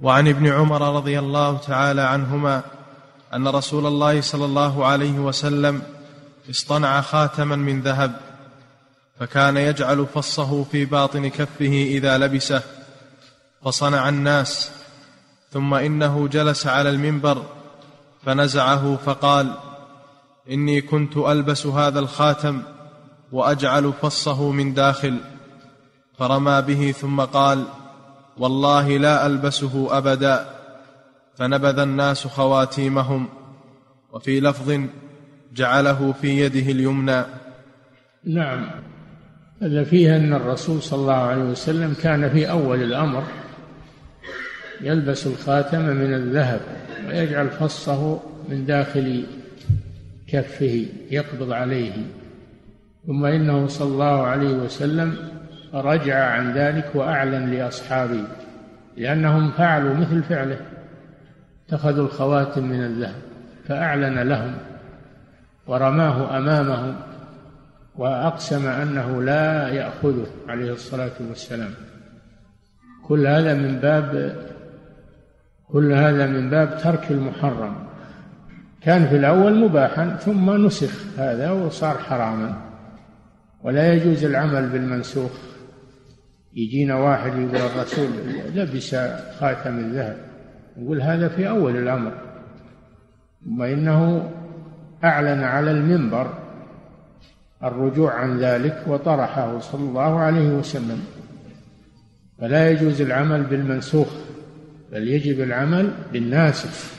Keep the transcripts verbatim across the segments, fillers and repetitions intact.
وعن ابن عمر رضي الله تعالى عنهما أن رسول الله صلى الله عليه وسلم اصطنع خاتما من ذهب، فكان يجعل فصه في باطن كفه إذا لبسه، فصنع الناس، ثم إنه جلس على المنبر فنزعه فقال: إني كنت ألبس هذا الخاتم وأجعل فصه من داخل، فرمى به ثم قال: والله لا ألبسه أبدا، فنبذ الناس خواتيمهم. وفي لفظ: جعله في يده اليمنى. نعم، هذا فيه أن الرسول صلى الله عليه وسلم كان في أول الأمر يلبس الخاتم من الذهب ويجعل فصه من داخل كفه يقبض عليه، ثم إنه صلى الله عليه وسلم رجع عن ذلك وأعلن لأصحابه، لأنهم فعلوا مثل فعله، اتخذوا الخواتم من الذهب، فأعلن لهم ورماه أمامهم وأقسم أنه لا يأخذه عليه الصلاة والسلام. كل هذا من باب كل هذا من باب ترك المحرم. كان في الأول مباحا ثم نسخ هذا وصار حراما، ولا يجوز العمل بالمنسوخ. يجينا واحد يقول الرسول لبس خاتم الذهب، يقول هذا في أول الأمر، ثم إنه أعلن على المنبر الرجوع عن ذلك وطرحه صلى الله عليه وسلم. فلا يجوز العمل بالمنسوخ، بل يجب العمل بالناسخ.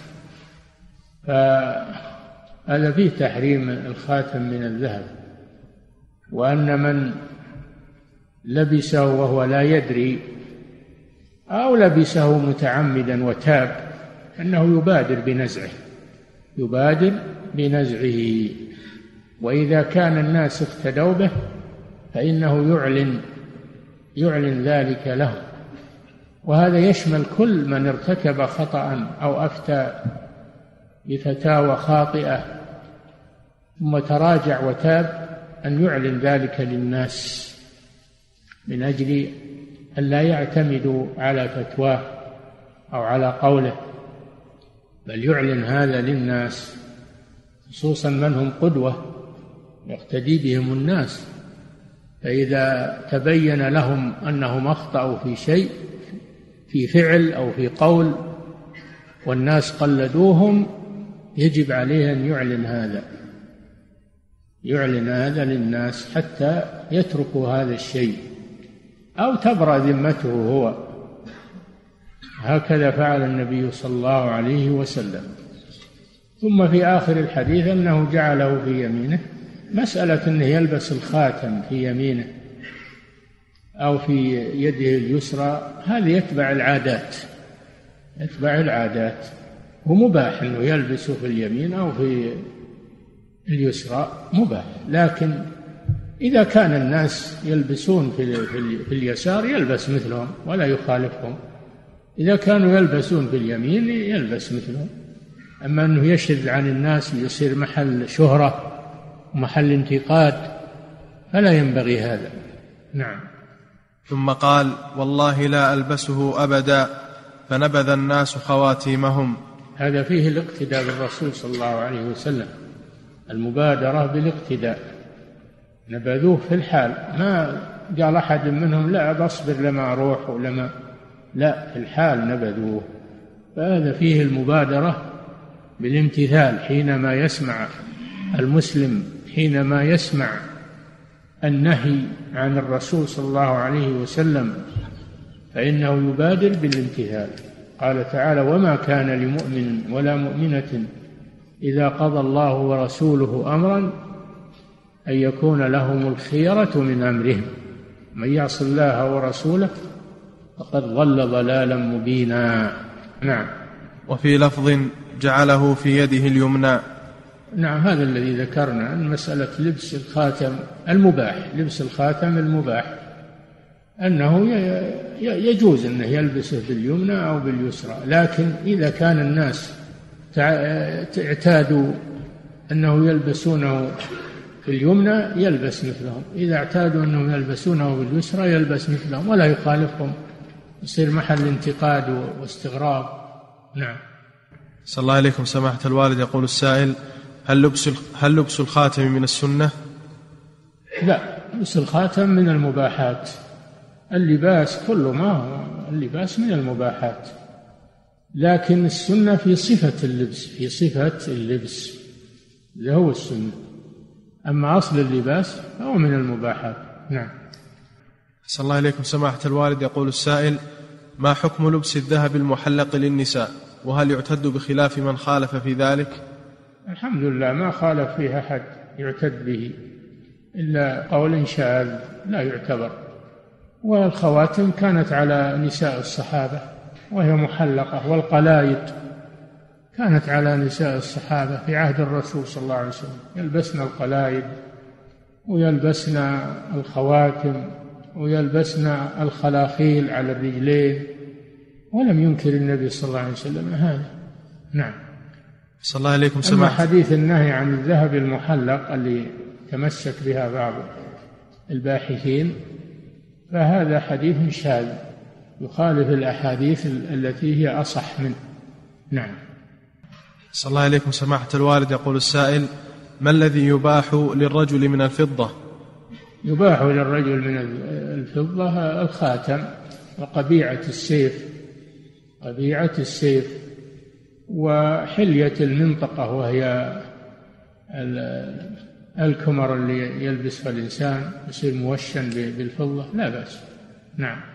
فهذا فيه تحريم الخاتم من الذهب، وأن من لبسه وهو لا يدري أو لبسه متعمدا وتاب أنه يبادر بنزعه يبادر بنزعه وإذا كان الناس اقتدوا به فإنه يعلن يعلن ذلك له. وهذا يشمل كل من ارتكب خطأ أو أفتى بفتاوى خاطئة ثم تراجع وتاب، أن يعلن ذلك للناس من أجل أن لا يعتمدوا على فتواه أو على قوله، بل يعلن هذا للناس، خصوصا من هم قدوة يقتدي بهم الناس. فإذا تبين لهم أنهم أخطأوا في شيء، في فعل أو في قول، والناس قلدوهم، يجب عليه أن يعلن هذا يعلن هذا للناس حتى يتركوا هذا الشيء أو تبرأ ذمته هو. هكذا فعل النبي صلى الله عليه وسلم. ثم في آخر الحديث أنه جعله في يمينه. مسألة أنه يلبس الخاتم في يمينه أو في يده اليسرى هذا يتبع العادات يتبع العادات ومباح أنه يلبسه في اليمين أو في اليسرى، مباح. لكن إذا كان الناس يلبسون في, في اليسار يلبس مثلهم ولا يخالفهم، إذا كانوا يلبسون في اليمين يلبس مثلهم. أما أنه يشذ عن الناس يصير محل شهرة ومحل انتقاد فلا ينبغي هذا. نعم. ثم قال: والله لا ألبسه أبدا، فنبذ الناس خواتيمهم. هذا فيه الاقتداء بالرسول صلى الله عليه وسلم، المبادرة بالاقتداء. نبذوه في الحال، ما قال أحد منهم لا بصبر لما أروح ولما، لا، في الحال نبذوه. فهذا فيه المبادرة بالامتثال حينما يسمع المسلم حينما يسمع النهي عن الرسول صلى الله عليه وسلم فإنه يبادر بالامتثال. قال تعالى: وما كان لمؤمن ولا مؤمنة إذا قضى الله ورسوله أمرا أن يكون لهم الخيرة من أمرهم من يعص الله ورسوله فقد ضل ضلالا مبينا. نعم. وفي لفظ: جعله في يده اليمنى. نعم، هذا الذي ذكرنا، أن مسألة لبس الخاتم المباح لبس الخاتم المباح أنه يجوز أنه يلبسه باليمنى أو باليسرى. لكن إذا كان الناس اعتادوا أنه يلبسونه في اليمنى يلبس مثلهم، إذا اعتادوا أنهم يلبسونه باليسرى يلبس مثلهم ولا يخالفهم يصير محل انتقاد واستغراب. نعم. صلى الله عليكم سماحة الوالد. يقول السائل: هل لبس هل لبس الخاتم من السنة؟ لا، لبس الخاتم من المباحات. اللباس كله ما هو اللباس من المباحات، لكن السنة في صفة اللبس، في صفة اللبس اللي هو السنة. أما أصل اللباس فهو من المباحات. نعم. صلى الله عليكم سماحة الوالد. يقول السائل: ما حكم لبس الذهب المحلق للنساء، وهل يعتد بخلاف من خالف في ذلك؟ الحمد لله ما خالف فيها أحد يعتد به إلا قول شاذ لا يعتبر. والخواتم كانت على نساء الصحابة وهي محلقة، والقلايد كانت على نساء الصحابة في عهد الرسول صلى الله عليه وسلم، يلبسن القلايد ويلبسن الخواتم ويلبسن الخلاخيل على الرجلين، ولم ينكر النبي صلى الله عليه وسلم هذا. نعم. صلى الله عليكم سماحة. أما حديث النهي عن الذهب المحلق اللي تمسك بها بعض الباحثين فهذا حديث شاذ يخالف الأحاديث التي هي أصح منه. نعم. صلى الله عليكم سماحة الوالد. يقول السائل: ما الذي يباح للرجل من الفضة؟ يباح للرجل من الفضة الخاتم وقبيعة السيف، قبيعة السيف وحلية المنطقة وهي الكمر اللي يلبسها الإنسان يصير موشن بالفضة، لا بأس. نعم.